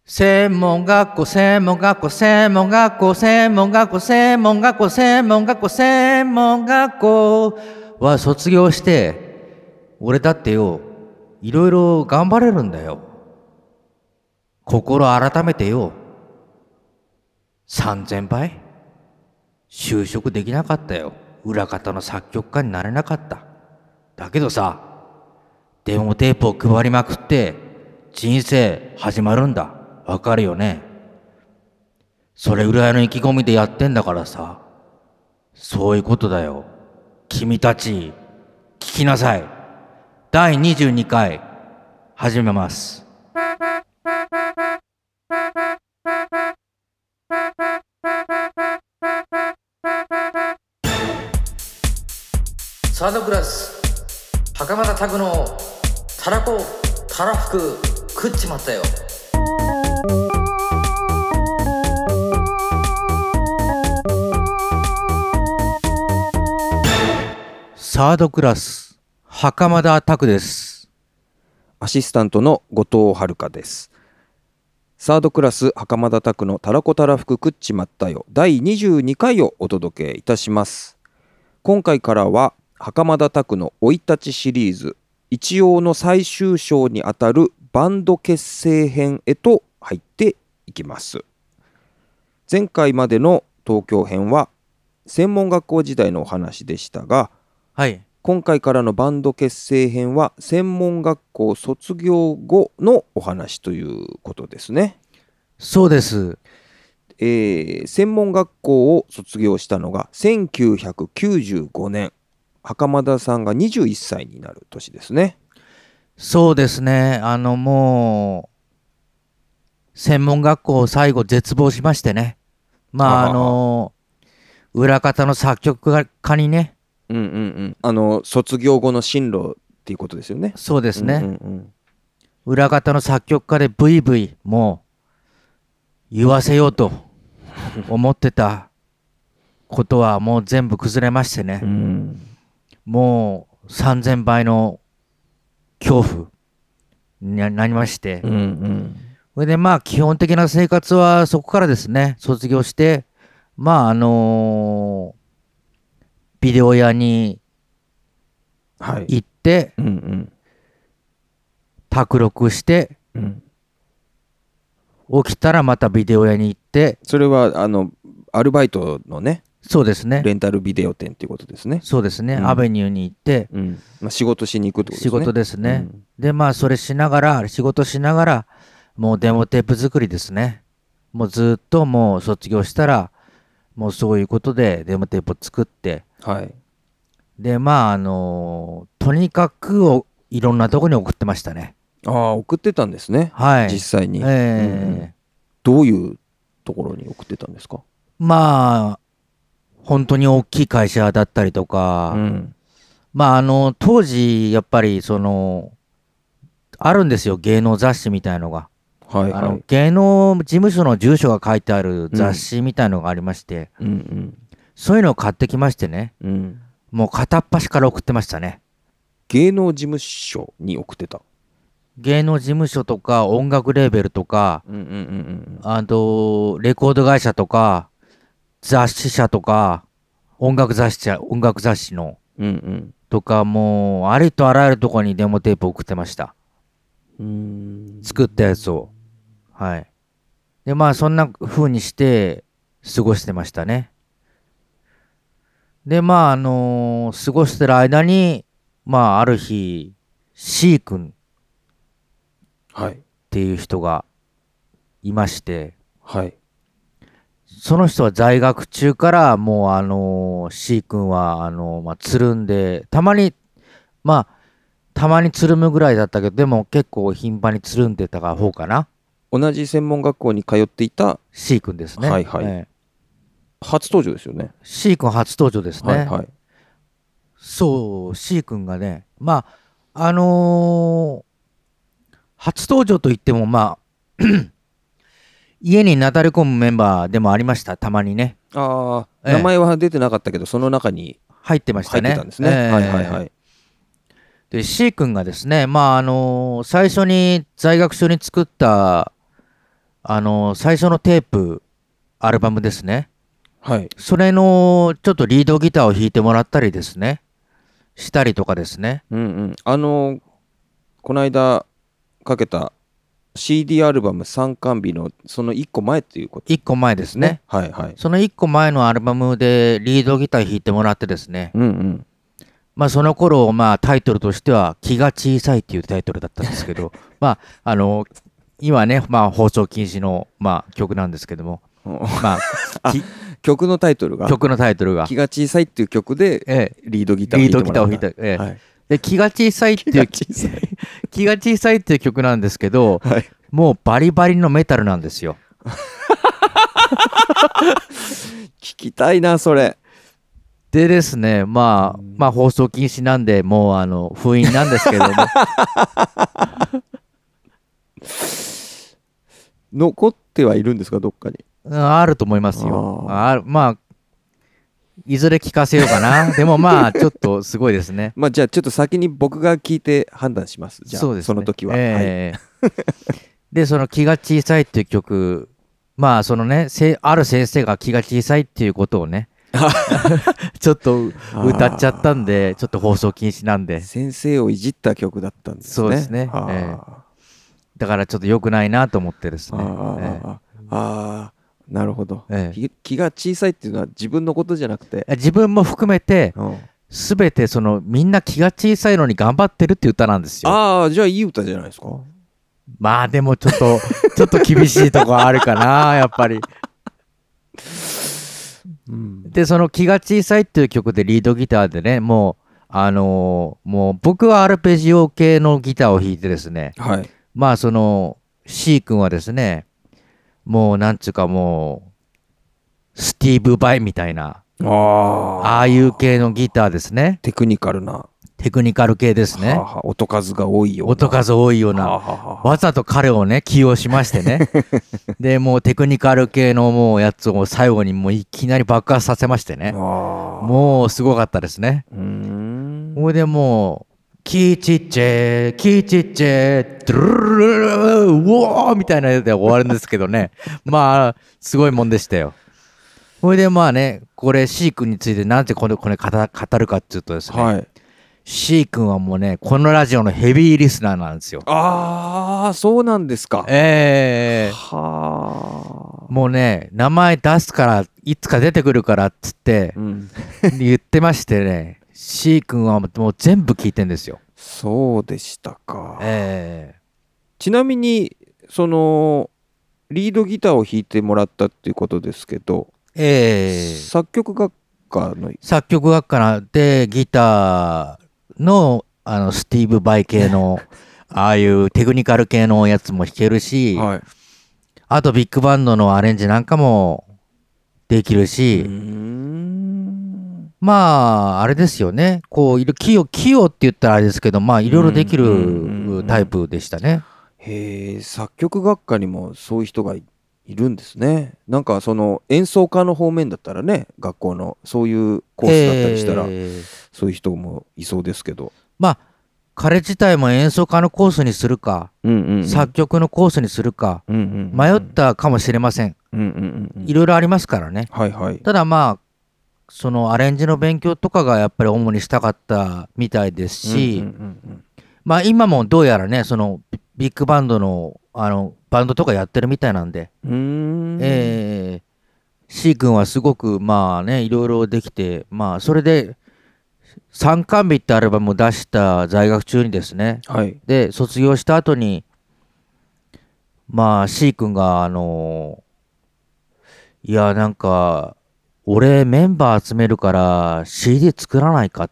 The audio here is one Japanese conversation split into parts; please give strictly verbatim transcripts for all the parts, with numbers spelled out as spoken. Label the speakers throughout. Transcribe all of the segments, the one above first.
Speaker 1: 専門学校専門学校専門学校専門学校専門学校専門学校専門学校は卒業して俺だってよいろいろ頑張れるんだよ。心改めてよさんぜんばい就職できなかったよ。裏方の作曲家になれなかった。だけどさデモテープを配りまくって人生始まるんだ。わかるよね。それぐらいの意気込みでやってんだからさ。そういうことだよ。君たち聞きなさい。だいにじゅうにかい始めます。サードクラス袴田拓のたらこたらふく食っちまったよ。サードクラス袴田拓です。
Speaker 2: アシスタントの後藤遥です。サードクラス袴田拓のたらこたらふく食っちまったよだいにじゅうにかいをお届けいたします。今回からは袴田拓の生い立ちシリーズ一応の最終章にあたるバンド結成編へと入っていきます。前回までの東京編は専門学校時代のお話でしたが、
Speaker 1: はい、
Speaker 2: 今回からのバンド結成編は専門学校卒業後のお話ということですね。
Speaker 1: そうです、
Speaker 2: えー、専門学校を卒業したのがせんきゅうひゃくきゅうじゅうごねん、袴田さんがにじゅういっさいになる年ですね。
Speaker 1: そうですね。あのもう専門学校最後絶望しましてね。まああの裏方の作曲家にね、
Speaker 2: うんうんうん、あの卒業後の進路っていうことですよね。
Speaker 1: そうですね、
Speaker 2: うんうんうん、
Speaker 1: 裏方の作曲家でブイブイもう言わせようと思ってたことはもう全部崩れましてね、
Speaker 2: うん、
Speaker 1: もうさんぜんばいの恐怖になりまして、
Speaker 2: うんうん、
Speaker 1: それでまあ基本的な生活はそこからですね、卒業してまああのービデオ屋に行って、
Speaker 2: はい、うんうん、
Speaker 1: 卓録して、うん、起きたらまたビデオ屋に行って、
Speaker 2: それはあのアルバイトのね、
Speaker 1: そうですね、
Speaker 2: レンタルビデオ店っていうことですね。
Speaker 1: そうですね、
Speaker 2: うん、
Speaker 1: アベニューに行って、
Speaker 2: うんまあ、仕事しに行くってことですね。
Speaker 1: 仕事ですね、うん、でまあそれしながら仕事しながらもうデモテープ作りですね。もうずっともう卒業したらもうそういうことでデモテープを作って、
Speaker 2: はい、
Speaker 1: でまああのー、とにかくをいろんなところに送ってましたね。
Speaker 2: ああ、送ってたんですね、
Speaker 1: はい、
Speaker 2: 実際に、
Speaker 1: えーうん、
Speaker 2: どういうところに送ってたんですか？
Speaker 1: まあ本当に大きい会社だったりとか、うん、まああの当時やっぱりそのあるんですよ、芸能雑誌みたいのが、はいはい、あの芸能事務所の住所が書いてある雑誌みたいのがありまして、うんうんうん、そういうのを買ってきましてね、うん、もう片っ端から送ってましたね。
Speaker 2: 芸能事務所に送ってた？
Speaker 1: 芸能事務所とか音楽レーベルとか、うんうんうんうん、あとレコード会社とか雑誌社とか音楽雑誌音楽雑誌の、うんうん、とかもうありとあらゆるところにデモテープを送ってました。うーん、作ったやつを、はい。でまあそんな風にして過ごしてましたね。でまああのー、過ごしてる間にまあある日 C 君っていう人がいまして、はい、その人は在学中からもうあのー、C 君はあのー、まあ、つるんでたまにまあたまにつるむぐらいだったけど、でも結構頻繁につるんでた方かな。
Speaker 2: 同じ専門学校に通っていた
Speaker 1: C 君ですね。
Speaker 2: はいはい、えー、初登場ですよね。
Speaker 1: C 君初登場ですね。
Speaker 2: はいはい、
Speaker 1: そう C 君がね、まああのー、初登場といってもまあ家になだれ込むメンバーでもありました、たまにね。
Speaker 2: ああ、名前は出てなかったけど、ええ、その中に
Speaker 1: 入ってましたね。
Speaker 2: 入ってたんですね。えー、はいはいはい。
Speaker 1: で C 君がですね、まああのー、最初に在学中に作ったあの最初のテープアルバムですね。
Speaker 2: はい。
Speaker 1: それのちょっとリードギターを弾いてもらったりですねしたりとかですね。
Speaker 2: うんうん。あの、この間かけた シーディー アルバム参観日のそのいっこまえっていうこと
Speaker 1: いっこまえで
Speaker 2: ですす
Speaker 1: ね。
Speaker 2: ね。はいはい。
Speaker 1: そのいっこまえのアルバムでリードギター弾いてもらってですね。
Speaker 2: うんうん。
Speaker 1: まあその頃、まあタイトルとしては気が小さいっていうタイトルだったんですけど、まああの、今ね、まあ放送禁止の、まあ、曲なんですけども、まあ、
Speaker 2: あ、
Speaker 1: き
Speaker 2: 曲のタイトルが
Speaker 1: 曲のタイトルが、
Speaker 2: 気が小さいっていう曲で
Speaker 1: ええ、
Speaker 2: リードギターを
Speaker 1: リー
Speaker 2: 弾いてもらった。
Speaker 1: ドギターを弾いた、ええ
Speaker 2: はい。
Speaker 1: で、気が小さいっていう、
Speaker 2: 気が小さい。
Speaker 1: 気が小さいっていう曲なんですけど、
Speaker 2: はい。
Speaker 1: もうバリバリのメタルなんですよ。
Speaker 2: 聞きたいな、それ。
Speaker 1: でですね、まあ、まあ放送禁止なんで、もうあの封印なんですけども、
Speaker 2: 残ってはいるんですか、どっかに。
Speaker 1: うんあると思いますよ。
Speaker 2: あ
Speaker 1: あるまあ、いずれ聞かせようかな。でもまあ、ちょっとすごいですね。
Speaker 2: まあじゃあちょっと先に僕が聞いて判断します。じゃあ
Speaker 1: そうですね。
Speaker 2: その時は。はい。
Speaker 1: ええで、その気が小さいっていう曲、まあ、そのね、せある先生が気が小さいっていうことをね、ちょっと歌っちゃったんで、ちょっと放送禁止なんで、
Speaker 2: 先生をいじった曲だったんですね。
Speaker 1: そうですね
Speaker 2: はあ
Speaker 1: えだからちょっと良くないなと思ってですね。
Speaker 2: あ
Speaker 1: え
Speaker 2: あああなるほど、
Speaker 1: ええ
Speaker 2: 気気が小さいっていうのは自分のことじゃなくて、
Speaker 1: え自分も含めて、
Speaker 2: うん、
Speaker 1: すべてそのみんな気が小さいのに頑張ってるっていう歌なんですよ。
Speaker 2: ああじゃあいい歌じゃないですか。
Speaker 1: まあでもちょっと、ちょっと厳しいとこあるかな、やっぱり。
Speaker 2: うん、
Speaker 1: で、その気が小さいっていう曲でリードギターでね、もう、あのーもう僕はアルペジオ系のギターを弾いてですね、
Speaker 2: はい
Speaker 1: まあその C 君はですね、もうなんつうかもう、スティーブ・バイみたいな、
Speaker 2: あ
Speaker 1: ああいう系のギターですね。
Speaker 2: テクニカルな、
Speaker 1: テクニカル系ですね。
Speaker 2: はあはあ、音数が多いような、
Speaker 1: 音数多いような、
Speaker 2: はあはあはあ
Speaker 1: わざと彼をね、起用しましてね。で、もうテクニカル系のもうやつを最後にもういきなり爆発させましてね。
Speaker 2: あ
Speaker 1: もうすごかったですね。
Speaker 2: うーん
Speaker 1: ほいでもう、キーチッチェ、キーチッチェ、ドゥルルルルルうおーみたいなやつで終わるんですけどね。まあ、すごいもんでしたよ。ほいでまあね、これ C 君についてなんでこれこれ語語るかっていうとですね、
Speaker 2: はい。
Speaker 1: C 君はもうね、このラジオのヘビーリスナーなんですよ。
Speaker 2: ああそうなんですか。
Speaker 1: ええ
Speaker 2: はあ
Speaker 1: もうね、名前出すから、いつか出てくるからっつって
Speaker 2: うん
Speaker 1: 言ってましてね、C 君はもう全部聞いてんですよ。
Speaker 2: そうでしたか。
Speaker 1: え
Speaker 2: ちなみにそのリードギターを弾いてもらったっていうことですけど、
Speaker 1: えええ
Speaker 2: 作曲学科の
Speaker 1: 作曲学科でギターの、あのスティーブ・バイ系のああいうテクニカル系のやつも弾けるし、
Speaker 2: はい
Speaker 1: あとビッグバンドのアレンジなんかもできる
Speaker 2: う
Speaker 1: し、
Speaker 2: ーん
Speaker 1: まああれですよね、こういろ器用器用って言ったらあれですけど、まあいろいろでき
Speaker 2: うんうんうんうん
Speaker 1: るタイプでしたね。
Speaker 2: へえ、作曲学科にもそういう人がいいるんですね。なんかその演奏家の方面だったらね、学校のそういうコースだったりしたら、
Speaker 1: えー
Speaker 2: そういう人もいそうですけど。
Speaker 1: まあ彼自体も演奏家のコースにするか、
Speaker 2: うんうんうん、
Speaker 1: 作曲のコースにするか
Speaker 2: うんうんうんうん
Speaker 1: 迷ったかもしれません。
Speaker 2: うんうんうんうん
Speaker 1: いろいろありますからね。
Speaker 2: はいはい。
Speaker 1: ただまあそのアレンジの勉強とかがやっぱり主にしたかったみたいですし、
Speaker 2: うんうんうん
Speaker 1: まあ今もどうやらね、そのビビッグバンドのあのバンドとかやってるみたいなんで、
Speaker 2: うん、うーん
Speaker 1: えー、C 君はすごくまあね、いろいろできて、まあそれで参観日ってアルバムを出した在学中にですね、
Speaker 2: はい。
Speaker 1: で、卒業した後に、まあ C 君があのいやなんか、俺メンバー集めるから シーディー 作らないかって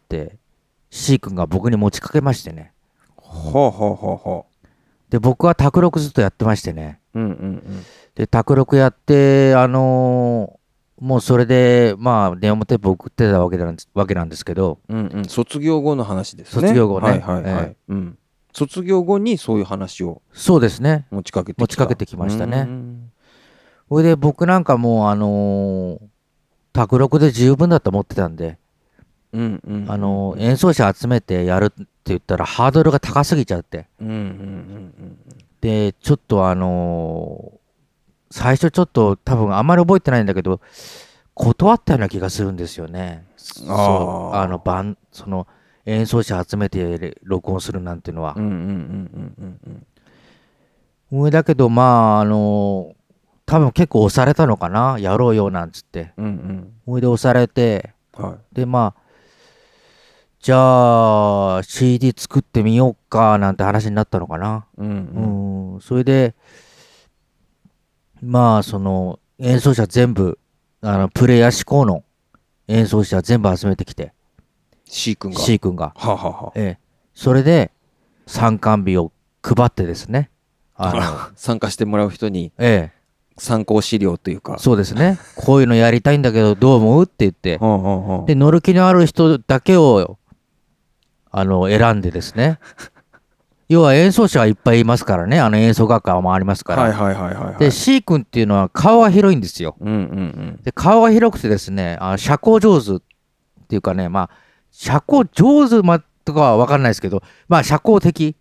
Speaker 1: C 君が僕に持ちかけましてね。
Speaker 2: ほうほうほうほ
Speaker 1: で、僕は卓録ずっとやってましてね。
Speaker 2: う。うんうんうん。
Speaker 1: で、卓録やって、あのーもうそれで、まあ、電話テープ送ってたわけなんですわけなんですけど、
Speaker 2: うんうん、卒業後の話ですね。
Speaker 1: 卒業後ね
Speaker 2: はいはいはい。
Speaker 1: え
Speaker 2: うん。卒業後にそういう話を
Speaker 1: そうですね。
Speaker 2: 持ちかけてきた。
Speaker 1: 持ちかけてきましたね
Speaker 2: うーん
Speaker 1: それで僕なんかもう、あのー卓録で十分だと思ってたんで、
Speaker 2: うんうんうん。
Speaker 1: あのー演奏者集めてやるって言ったらハードルが高すぎちゃって、
Speaker 2: うんうんうん
Speaker 1: で、ちょっとあのー最初ちょっと多分あんまり覚えてないんだけど、断ったような気がするんですよね。そう、
Speaker 2: あー
Speaker 1: あの、バン、その、演奏者集めて録音するなんていうのは。
Speaker 2: うんうんうんうんうん
Speaker 1: 上だけど、まあ、あの、多分結構押されたのかな。やろうよ、なんつって。
Speaker 2: うんうん
Speaker 1: 上で押されて、
Speaker 2: うんはい
Speaker 1: で、まあ、じゃあ、シーディー 作ってみようか、なんて話になったのかな。
Speaker 2: うんうん
Speaker 1: うん、それで、まあ、その、演奏者全部、あの、プレイヤー志向の演奏者全部集めてきて、
Speaker 2: C 君が
Speaker 1: C 君が。
Speaker 2: はあはあはあ
Speaker 1: ええ。それで、参観日を配ってですね。あの、
Speaker 2: 参加してもらう人に
Speaker 1: ええ。
Speaker 2: 参考資料というか
Speaker 1: そうですね。こういうのやりたいんだけど、どう思うって言って。
Speaker 2: はあはあはあ
Speaker 1: で、乗る気のある人だけを、あの、選んでですね。要は演奏者はいっぱいいますからね。あの演奏学科もありますから。
Speaker 2: はいはいはいはいはい
Speaker 1: で、C 君っていうのは顔が広いんですよ。
Speaker 2: うんうんうん
Speaker 1: で、顔が広くてですね、あ社交上手っていうかね、まあ、社交上手まとかは分かんないですけど、まあ、社交的。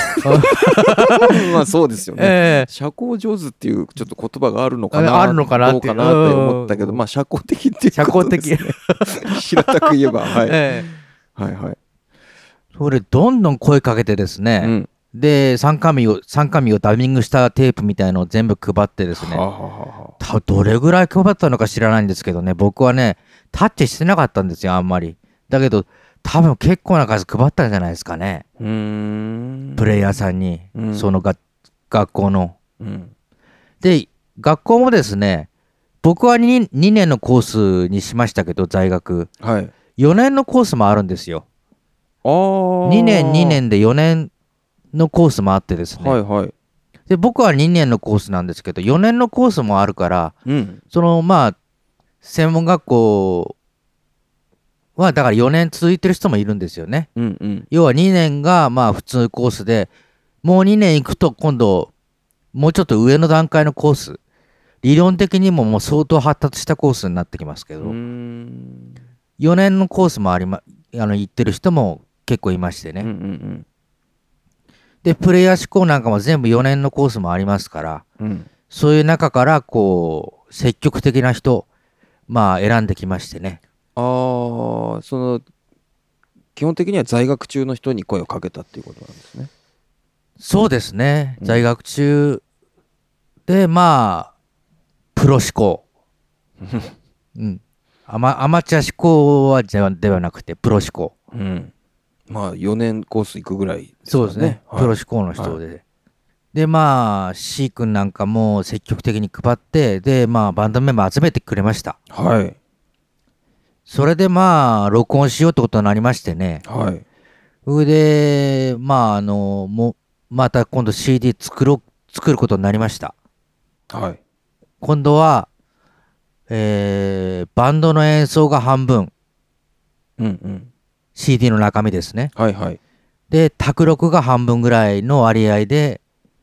Speaker 2: まあそうですよね。
Speaker 1: ええ
Speaker 2: 社交上手っていうちょっと言葉があるのかな
Speaker 1: あるのかなって
Speaker 2: どうかなって思ったけど、まあ社交的っていう
Speaker 1: 社
Speaker 2: こと
Speaker 1: 交的。
Speaker 2: ですね。平たく言えば、はい。
Speaker 1: ええ
Speaker 2: はいはい。
Speaker 1: それ、どんどん声かけてですね、
Speaker 2: うん。
Speaker 1: で、参加日を、参加日をダビングしたテープみたいのを全部配ってですね、
Speaker 2: はあはあはあ
Speaker 1: たどれぐらい配ったのか知らないんですけどね、僕はね、タッチしてなかったんですよ、あんまり。だけど、多分結構な数配ったんじゃないですかね、
Speaker 2: うーん。
Speaker 1: プレイヤーさんに、
Speaker 2: うん
Speaker 1: そのが学校の。
Speaker 2: うん。
Speaker 1: で、学校もですね、僕は 2, にねんのコースにしましたけど、在学。
Speaker 2: はい。
Speaker 1: よねんのコースもあるんですよ。
Speaker 2: ああ。
Speaker 1: にねん、にねんでよねんのコースもあってですね。
Speaker 2: はいはい。
Speaker 1: で、僕はにねんのコースなんですけど、よねんのコースもあるから、
Speaker 2: うん。
Speaker 1: そのまあ、専門学校は、だからよねん続いてる人もいるんですよね。
Speaker 2: うんうん。
Speaker 1: 要はにねんがまあ普通コースで、もうにねん行くと今度、もうちょっと上の段階のコース、理論的にももう相当発達したコースになってきますけ
Speaker 2: うー
Speaker 1: ど、
Speaker 2: ん。
Speaker 1: よねんのコースもありま、あの行ってる人も結構いまして
Speaker 2: うんう
Speaker 1: ね。
Speaker 2: ん
Speaker 1: で、プレイヤー志向なんかも全部よねんのコースもありますから、
Speaker 2: うん。うん。
Speaker 1: そういう中からこう、積極的な人、まあ選んできましてね。
Speaker 2: ああ、その、基本的には在学中の人に声をかけたっていうことなんですね。
Speaker 1: そうですね。
Speaker 2: うん
Speaker 1: 在学中で、まあ、プロ志向。うん。アマアマチュア志向はではではなくて、プロ志向。
Speaker 2: うん。まあよねんコース行くぐらいです
Speaker 1: そうですね。
Speaker 2: はい
Speaker 1: プロ志向の人で。で、まあ、C 君なんかも積極的に配って、で、まあ、バンドメンバー集めてくれました。
Speaker 2: はい。
Speaker 1: それで、まあ、録音しようってことになりましてね。
Speaker 2: はい。
Speaker 1: それで、まあ、あの、もう、また今度 シーディー 作ろう、作ることになりました。
Speaker 2: はい。
Speaker 1: 今度は、えー、バンドの演奏が半分、
Speaker 2: うんうん。
Speaker 1: シーディー の中身ですね。
Speaker 2: はいはい。
Speaker 1: で、卓録が半分ぐらいの割合で、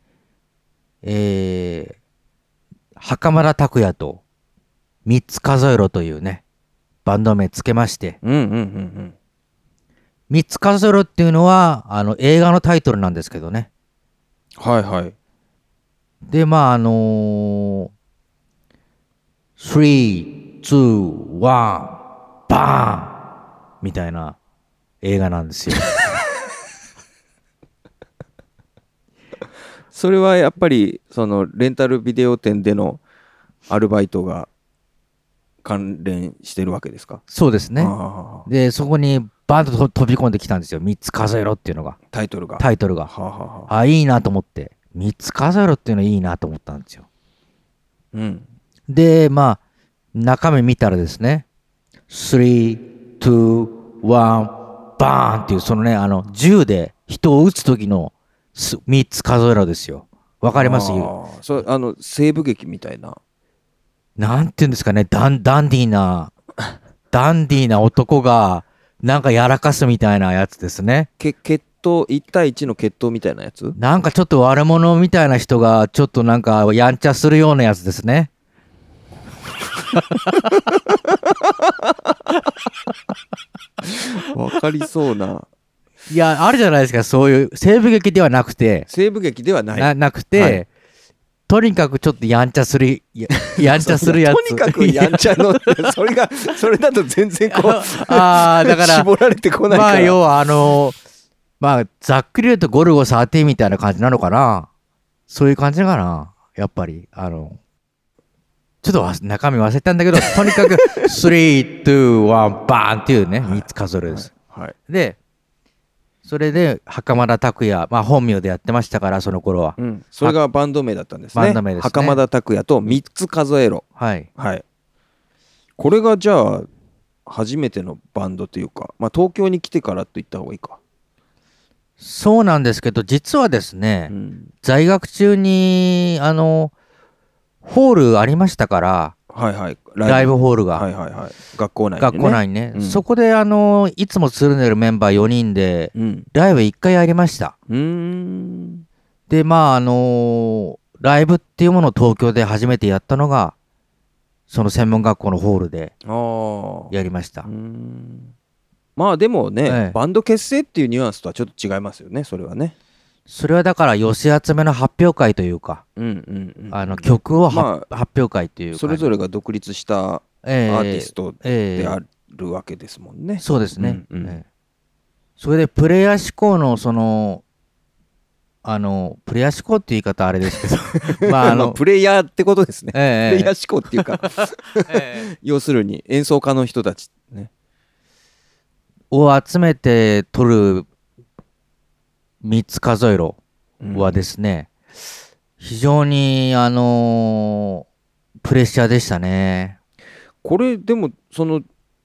Speaker 1: えー、袴田拓也とみっつ数えろというね、バンド名つけまして、
Speaker 2: うんうんうん
Speaker 1: みっつ数えろっていうのは、あの、映画のタイトルなんですけどね。
Speaker 2: うん。はいはい。
Speaker 1: で、まあ、あのー、スリー、ツー、ワン、バーンみたいな映画なんですよ。
Speaker 2: それはやっぱりそのレンタルビデオ店でのアルバイトが関連してるわけですか？
Speaker 1: そうですね。
Speaker 2: ああ
Speaker 1: で、そこにバーンと飛び込んできたんですよ。みっつ数えろっていうのが、
Speaker 2: タイトルが。
Speaker 1: タイトルが。
Speaker 2: はあはあはあ。
Speaker 1: あ、いいなと思って。みっつ数えろっていうのいいなと思ったんですよ。
Speaker 2: うん。
Speaker 1: で、まあ、中身見たらですね、スリー、ツー、ワン、バーンっていう、そのね、あの、銃で人を撃つ時のすみっつ数えろですよ。わかります？
Speaker 2: ああ、それあの西部劇みたいな。
Speaker 1: なんていうんですかね、ダン、ダンディーな、ダンディーな男が、なんかやらかすみたいなやつですね。
Speaker 2: け決闘いち対いちの決闘みたいなやつ？
Speaker 1: なんかちょっと悪者みたいな人が、ちょっとなんかやんちゃするようなやつですね。
Speaker 2: わかりそうな。
Speaker 1: いや、あるじゃないですか、そういう、西部劇ではなくて、
Speaker 2: 西部劇ではない。
Speaker 1: ななくて、
Speaker 2: はい
Speaker 1: とにかくちょっとやんちゃするややんちゃするやつ
Speaker 2: とにかくやんちゃのそれがそれだと全然こう
Speaker 1: あーだから
Speaker 2: 絞られてこないから、
Speaker 1: まあ要はあのまあざっくり言うとゴルゴじゅうさんみたいな感じなのかな。そういう感じかなやっぱり。あのちょっとわ中身忘れたんだけど、とにかくスリー、ツー、ワン、バーンっていうね、みっつ数えるです、
Speaker 2: はいはい、
Speaker 1: でそれで袴田拓也、まあ本名でやってましたからその頃は、
Speaker 2: うん、それがバンド名だったんですね。
Speaker 1: バンド名ですね。
Speaker 2: 袴田拓也とみっつ数えろ、
Speaker 1: はい、
Speaker 2: はい、これがじゃあ初めてのバンドというか、まあ、東京に来てからと言った方がいいか。
Speaker 1: そうなんですけど、実はですね、
Speaker 2: うん、
Speaker 1: 在学中にあのホールありましたから、
Speaker 2: はいはい、
Speaker 1: ライブ、ライブホールが、
Speaker 2: はいはいはい、学校内にね、
Speaker 1: 学校内にね、
Speaker 2: うん、
Speaker 1: そこであのいつもつるんでるメンバーよにんで、
Speaker 2: うん、
Speaker 1: ライブいっかいやりました。
Speaker 2: うーん、
Speaker 1: でまああのライブっていうものを東京で初めてやったのがその専門学校のホールでやりました。
Speaker 2: うーん、まあでもね、
Speaker 1: ええ、
Speaker 2: バンド結成っていうニュアンスとはちょっと違いますよね、それはね。
Speaker 1: それはだから寄せ集めの発表会というか、
Speaker 2: うんうんうん、
Speaker 1: あの曲を、
Speaker 2: まあ、
Speaker 1: 発表会というか、
Speaker 2: それぞれが独立したアーティストであるわけですもんね。
Speaker 1: えー、そうですね、
Speaker 2: うんうん、
Speaker 1: えー、それでプレイヤー志向のそのあのプレイヤー志向って言い方あれですけどまああの
Speaker 2: プレイヤーってことですね、
Speaker 1: えー、
Speaker 2: プレイヤー志向っていうかえー、要するに演奏家の人たちね
Speaker 1: を集めて撮るみっつ数えろはですね、うん、非常にあのー、プレッシャーでしたね。
Speaker 2: これでもその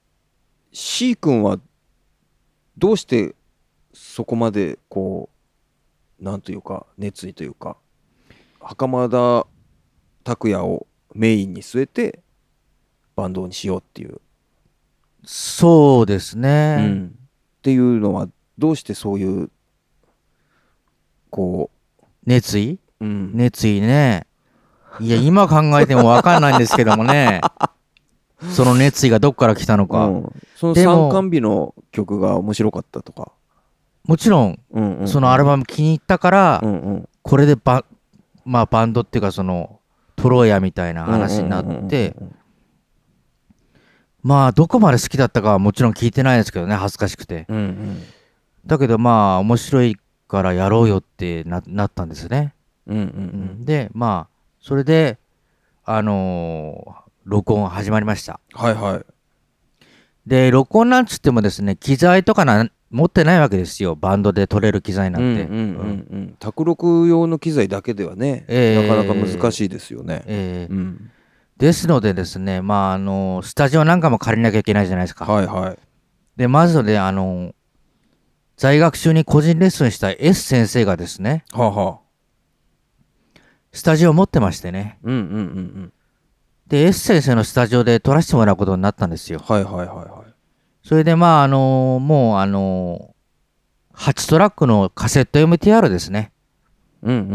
Speaker 2: C 君はどうしてそこまでこうなんというか熱意というか袴田拓也をメインに据えてバンドにしようっていう。
Speaker 1: そうですね、
Speaker 2: うん、っていうのはどうしてそういうこう
Speaker 1: 熱意、
Speaker 2: うん、
Speaker 1: 熱意ね。いや今考えても分かんないんですけどもねその熱意がどっから来たのか、うん、
Speaker 2: その参観日の曲が面白かったとか。
Speaker 1: もちろん、うんうんうん、そのアルバム気に入ったから、うんうん、これでバ、まあ、バンドっていうかその撮ろうやみたいな話になって、まあどこまで好きだったかはもちろん聞いてないですけどね、恥ずかしくて、うんうん、だけどまあ面白いからやろうよって な, なったんですね、うんうんうん、でまあそれであのー、録音始まりました。
Speaker 2: はいはい。
Speaker 1: で録音なんつってもですね、機材とかな持ってないわけですよ、バンドで撮れる機材なんて。
Speaker 2: 卓録用の機材だけではね、えー、なかなか難しいですよね、
Speaker 1: えーうん、ですのでですね、まああのスタジオなんかも借りなきゃいけないじゃないですか。
Speaker 2: はいはい。
Speaker 1: でまずね、あの在学中に個人レッスンした S 先生がですね、はあはあ、スタジオを持ってましてね、うんうんうんうん、で S 先生のスタジオで撮らせてもらうことになったんですよ。はいはいはいはい。それでまああのー、もうあのー、はちトラックのカセット エムティーアール ですね。うんうんうんうん。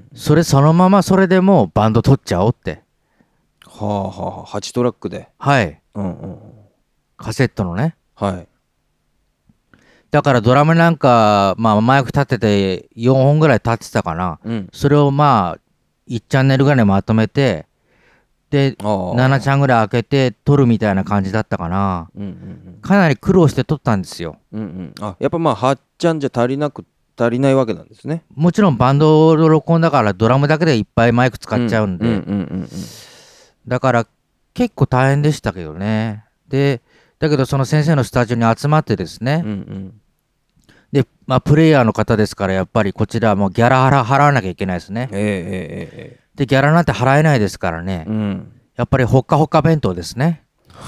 Speaker 1: それそのままそれでもうバンド撮っちゃおうって。
Speaker 2: はあはあ、はちトラックで。
Speaker 1: はい。うんうん。カセットのね。はい。だからドラムなんか、まあマイク立ててよんほんぐらい立ってたかな。うん、それをまあいちチャンネルぐらいまとめて、でななチャンぐらい開けて撮るみたいな感じだったかな、うんうんうん、かなり苦労して撮ったんですよ、うんうん、
Speaker 2: あやっぱまあはちチャンじゃ足りなく足りないわけなんですね。
Speaker 1: もちろんバンドの録音だからドラムだけでいっぱいマイク使っちゃうんで、だから結構大変でしたけどね。でだけどその先生のスタジオに集まってですね、うんうん、でまあプレイヤーの方ですからやっぱりこちらはもうギャラ払払わなきゃいけないですね、えーえーえーでギャラなんて払えないですからね、うん、やっぱりほっかほか弁当ですね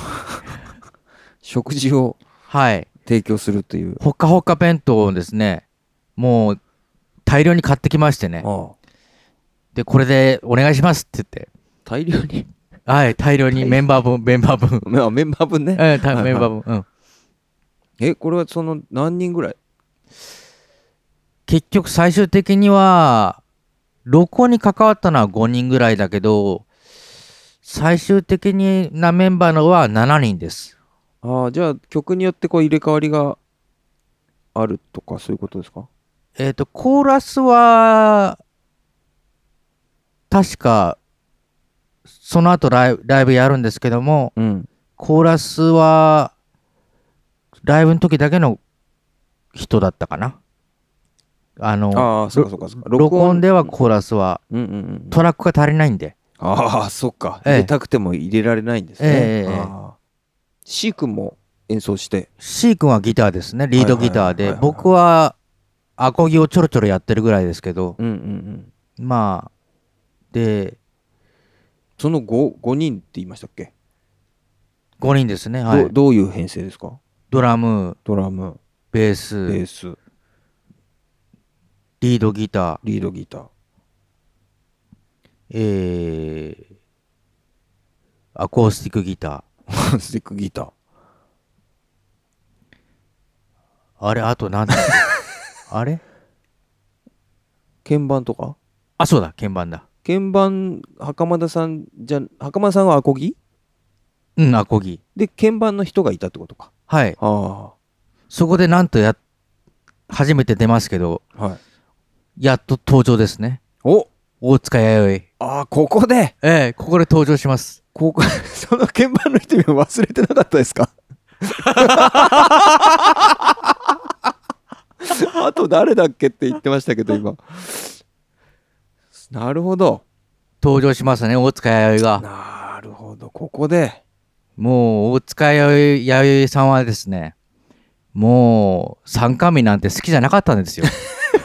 Speaker 2: 食事を提供するという、はい、
Speaker 1: ほっかほか弁当をですねもう大量に買ってきましてね、ああでこれでお願いしますって言って
Speaker 2: 大量に
Speaker 1: はい大量にメンバー分メンバー分
Speaker 2: メンバー分ね、
Speaker 1: えー、メンバー分、うん、
Speaker 2: えこれはその何人ぐらい？
Speaker 1: 結局最終的には録音に関わったのはごにんぐらいだけど最終的なメンバーのはしちにんです。
Speaker 2: ああじゃあ曲によってこう入れ替わりがあるとかそういうことですか？
Speaker 1: えっとコーラスは確かその後ライブ、ライブやるんですけども、
Speaker 2: うん、
Speaker 1: コーラスはライブの時だけの人だったかな。あの
Speaker 2: ああ、そうかそうかそうか。
Speaker 1: 録音ではコーラスは
Speaker 2: うんうんうん、
Speaker 1: トラックが足りないんで。
Speaker 2: ああ、そっか。
Speaker 1: ええ
Speaker 2: 入れたくても入れられないんですね。
Speaker 1: ええ
Speaker 2: ああ、C 君も演奏して。
Speaker 1: C 君はギターですね、リードギターで。
Speaker 2: はいはいはいはいはい
Speaker 1: 僕はアコギをちょろちょろやってるぐらいですけど、
Speaker 2: うんうんうん。
Speaker 1: まあ、で、
Speaker 2: その 5, 5人って言いましたっけ？
Speaker 1: ごにんですね。は
Speaker 2: ど
Speaker 1: い。
Speaker 2: どういう編成ですか？
Speaker 1: ドラム、
Speaker 2: ドラム、
Speaker 1: ベー
Speaker 2: ベ
Speaker 1: ス、
Speaker 2: ース、
Speaker 1: リードギター、
Speaker 2: リードギター、
Speaker 1: えー、アコースティックギター。
Speaker 2: スティックギター。
Speaker 1: あれ、あと何だっけあれ
Speaker 2: 鍵盤とか？
Speaker 1: あ、そうだ、鍵盤だ。
Speaker 2: 鍵盤、袴田さんじゃ、袴田さんはアコギ
Speaker 1: うん、アコギ。
Speaker 2: で、鍵盤の人がいたってことか。
Speaker 1: はい。
Speaker 2: あ
Speaker 1: そこでなんとや、初めて出ますけど、
Speaker 2: あ、はい。
Speaker 1: やっと登場ですね。
Speaker 2: お、
Speaker 1: 大塚弥生。
Speaker 2: ああ、ここで、
Speaker 1: ええここで登場します。
Speaker 2: ここ、その鍵盤の人も忘れてなかったですか？あと誰だっけって言ってましたけど、今。なるほど。
Speaker 1: 登場しますね、大塚弥生が。
Speaker 2: なるほど、ここで。
Speaker 1: もう、大塚弥生弥生さんはですね、もう、参加日なんて好きじゃなかったんですよ。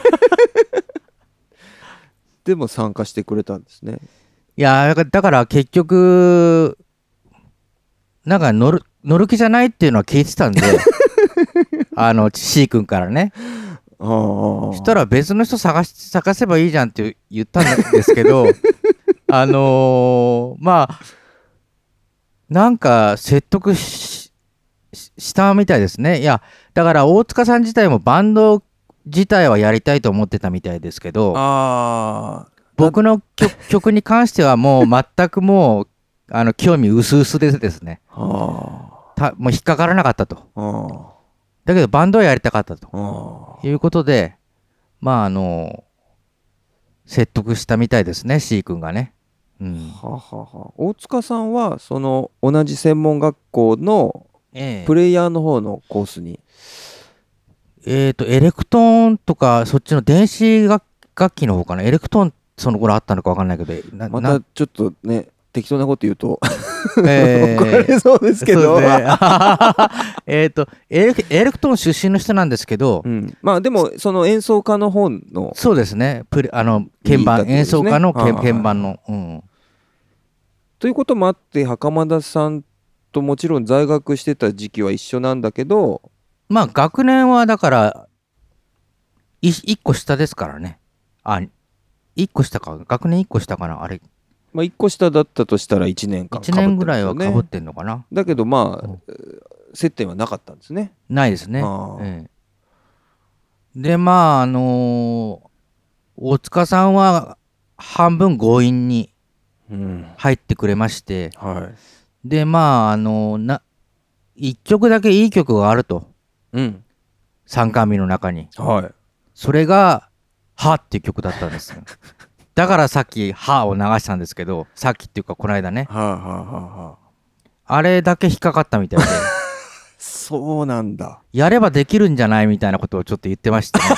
Speaker 2: でも参加してくれたんですね。
Speaker 1: いや、だからだから結局、なんか乗る、乗る気じゃないっていうのは聞いてたんで、あの、C 君からね。
Speaker 2: ああ。
Speaker 1: そしたら別の人探し、探せばいいじゃんって言ったんですけど、あのーまあ、なんか説得し、ししたみたいですね。いや、だから大塚さん自体もバンド自体はやりたいと思ってたみたいですけど、
Speaker 2: ああ。
Speaker 1: 僕の曲曲に関してはもう全くもう、あの、興味薄々でですね、
Speaker 2: あ
Speaker 1: たもう引っかからなかったと。
Speaker 2: あ。あ
Speaker 1: だけどバンドはやりたかったと
Speaker 2: あ。
Speaker 1: いうことで、まあ、あの、説得したみたいですね、C 君がね。うん。
Speaker 2: ははは。大塚さんは、その、同じ専門学校の
Speaker 1: ええ
Speaker 2: プレイヤーの方のコースに。
Speaker 1: えーと、エレクトーンとか、そっちの電子楽楽器の方かな。エレクトーン、その頃あったのか分かんないけど、な
Speaker 2: ま
Speaker 1: な
Speaker 2: たちょっとね、適当なこと言うと、
Speaker 1: えー
Speaker 2: 怒られそうですけど。
Speaker 1: そうですねえーとエレク、エレクトーン出身の人なんですけど、
Speaker 2: うん、まあでも、その演奏家の方の。
Speaker 1: そうですね、プレあの鍵盤、
Speaker 2: いいだってことですね
Speaker 1: 演奏家の鍵
Speaker 2: はいはいはい
Speaker 1: 鍵盤の、うん。
Speaker 2: ということもあって、袴田さんともちろん在学してた時期は一緒なんだけど、
Speaker 1: まあ、学年はだから、いいっこ下ですからね。あ、いっこ下か、学年いっこ下かな、あれ、
Speaker 2: まあ、いっこ下だったとしたらいちねんかん
Speaker 1: いちねんぐらいは
Speaker 2: 被ってますよね
Speaker 1: かぶってんのかな。
Speaker 2: だけどまあ、
Speaker 1: うん
Speaker 2: 接点はなかったんですね。
Speaker 1: ないですね。
Speaker 2: ああ
Speaker 1: ええで、まあ、あのー大塚さんは半分強引に
Speaker 2: うん。
Speaker 1: 入ってくれまして、
Speaker 2: は
Speaker 1: で、まあ、あのーな、一曲だけいい曲があると、
Speaker 2: い。うん。
Speaker 1: 参加日の中に。
Speaker 2: はい。
Speaker 1: それが、はっていう曲だったんですよ。だからさっき、はを流したんですけど、さっきっていうか、この間ね、
Speaker 2: はあ、はあはあはあ、
Speaker 1: あれだけ引っかかったみたいで、
Speaker 2: そうなんだ。
Speaker 1: やればできるんじゃないみたいなことをちょっと言ってましたね。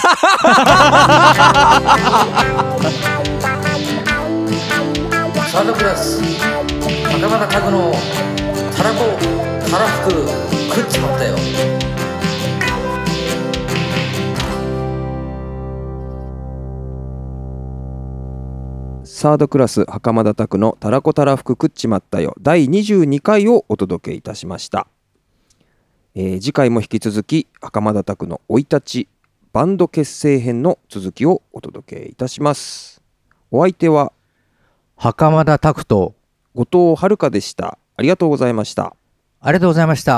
Speaker 1: サードクラス袴田拓のたらこたらふく食っちまったよ。
Speaker 2: サードクラス袴田拓のたらこたらふく食っちまったよだいにじゅうにかいをお届けいたしました。えー次回も引き続き袴田拓の生い立ちバンド結成編の続きをお届けいたします。お相手は
Speaker 1: 袴田拓と
Speaker 2: 後藤遥でした。ありがとうございました。
Speaker 1: ありがとうございました。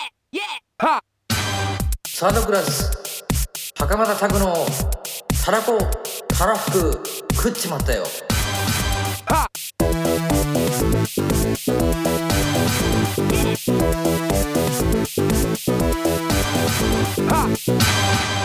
Speaker 1: サードクラス袴田拓のたらこたらふく食っちまったよ。はっ